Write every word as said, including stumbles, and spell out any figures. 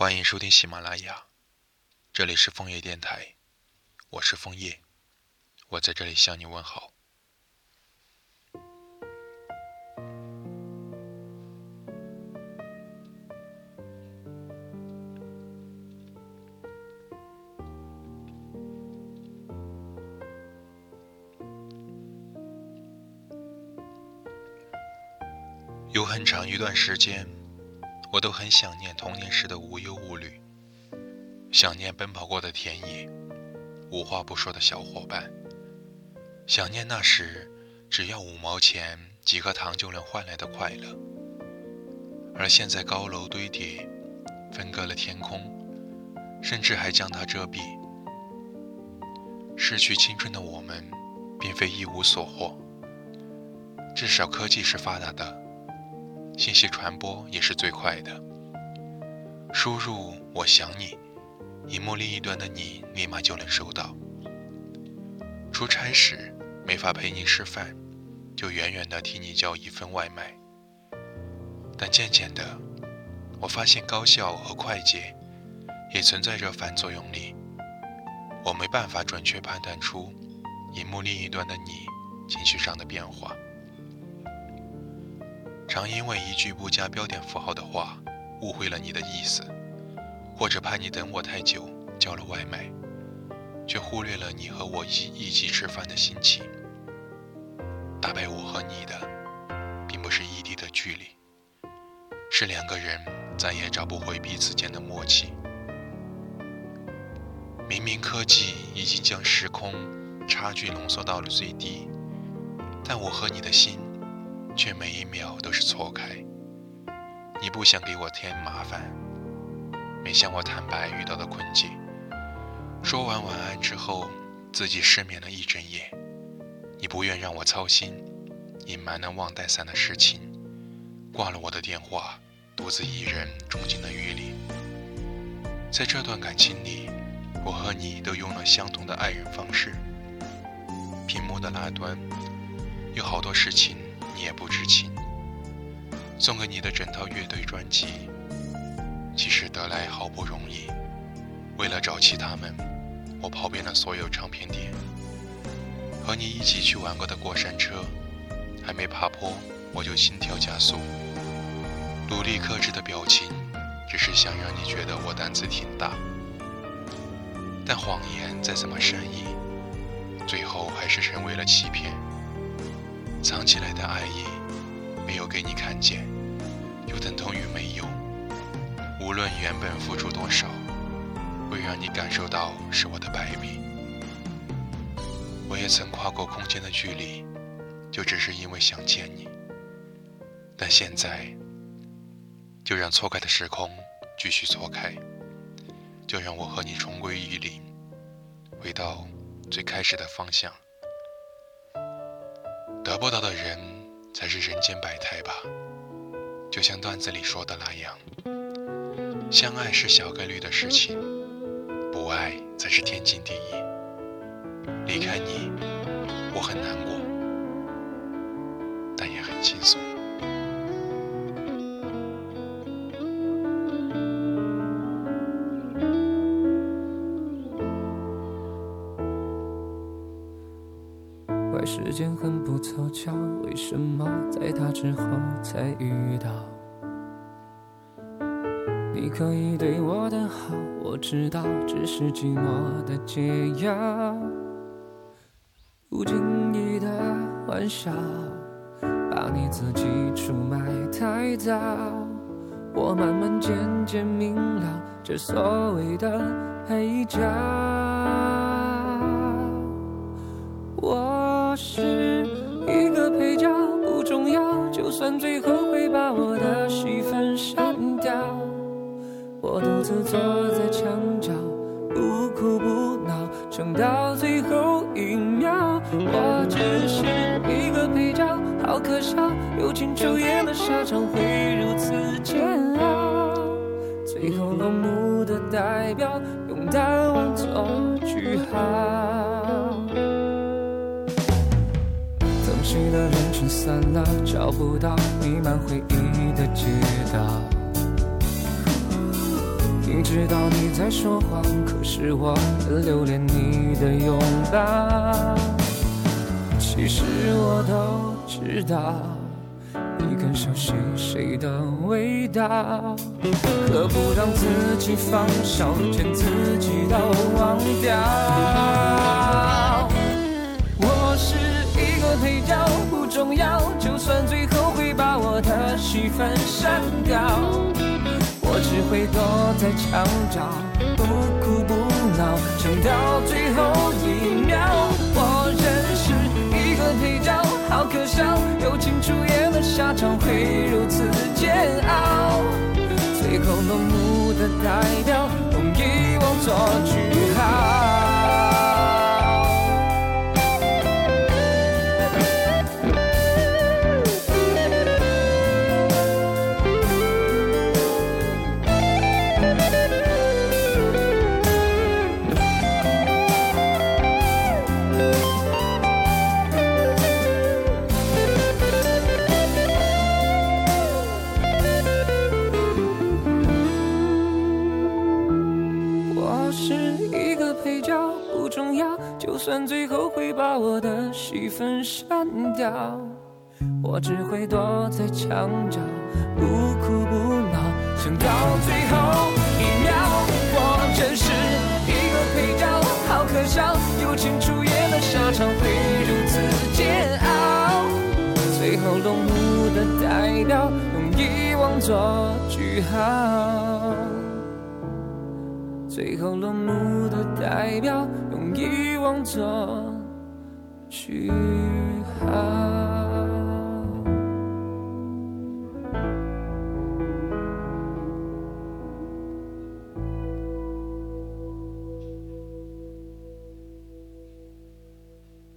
欢迎收听喜马拉雅，这里是枫叶电台，我是枫叶，我在这里向你问好。有很长一段时间，我都很想念童年时的无忧无虑，想念奔跑过的田野，无话不说的小伙伴，想念那时只要五毛钱几颗糖就能换来的快乐。而现在高楼堆叠，分割了天空，甚至还将它遮蔽。失去青春的我们并非一无所获，至少科技是发达的，信息传播也是最快的。输入我想你，荧幕另一端的你立马就能收到。出差时没法陪你吃饭，就远远地替你叫一份外卖。但渐渐的，我发现高效和快捷也存在着反作用力，我没办法准确判断出荧幕另一端的你情绪上的变化。常因为一句不加标点符号的话误会了你的意思，或者怕你等我太久叫了外卖，却忽略了你和我一一起吃饭的心情。打败我和你的并不是异地的距离，是两个人再也找不回彼此间的默契。明明科技已经将时空差距浓缩到了最低，但我和你的心却每一秒都是错开。你不想给我添麻烦，没向我坦白遇到的困境，说完晚安之后自己失眠了一整夜。你不愿让我操心，隐瞒了忘带伞的事情，挂了我的电话，独自一人冲进了雨里。在这段感情里，我和你都用了相同的爱人方式。屏幕的那端有好多事情你也不知情，送给你的整套乐队专辑其实得来好不容易，为了找齐他们，我跑遍了所有唱片店。和你一起去玩过的过山车，还没爬坡我就心跳加速。努力克制的表情，只是想让你觉得我胆子挺大。但谎言再怎么善意，最后还是成为了欺骗。藏起来的爱意没有给你看见，就等同于没有。无论原本付出多少，会让你感受到是我的败笔。我也曾跨过空间的距离，就只是因为想见你。但现在就让错开的时空继续错开，就让我和你重归于零，回到最开始的方向。得不到的人才是人间百态吧，就像段子里说的那样，相爱是小概率的事情，不爱才是天经地义。离开你我很难过，但也很轻松。 怪时间很不凑巧，为什么在他之后才遇到？你可以对我的好，我知道，只是寂寞的解药。不经意的玩笑，把你自己出卖太早。我慢慢渐渐明了，这所谓的配角。我是一个配角，不重要，就算最后会把我的戏份删掉。我独自坐在墙角，不哭不闹，撑到最后一秒。我只是一个配角，好可笑，友情出演的下场会如此煎熬。最后落幕的代表，用淡忘做句号。腾起的人群散了，找不到弥漫回忆的街道。一知道你在说谎，可是我很留恋你的拥抱。其实我都知道，你更熟悉谁的味道，何不让自己放手，连自己都忘掉。我是一个配角，不重要，就算最后会把我的戏份删掉，我只会躲在墙角，不哭不闹，撑到最后一秒。我认识一个配角，好可笑，友情出演的下场会如此煎熬，最后落幕的代表，用遗忘做句号。就算最后会把我的戏份删掉，我只会躲在墙角，不哭不闹，撑到最后一秒。我真是一个配角，好可笑，友情出演的下场会如此煎熬，最后落幕的代表，用遗忘做句号，最后落幕的代表，用遗忘做句号。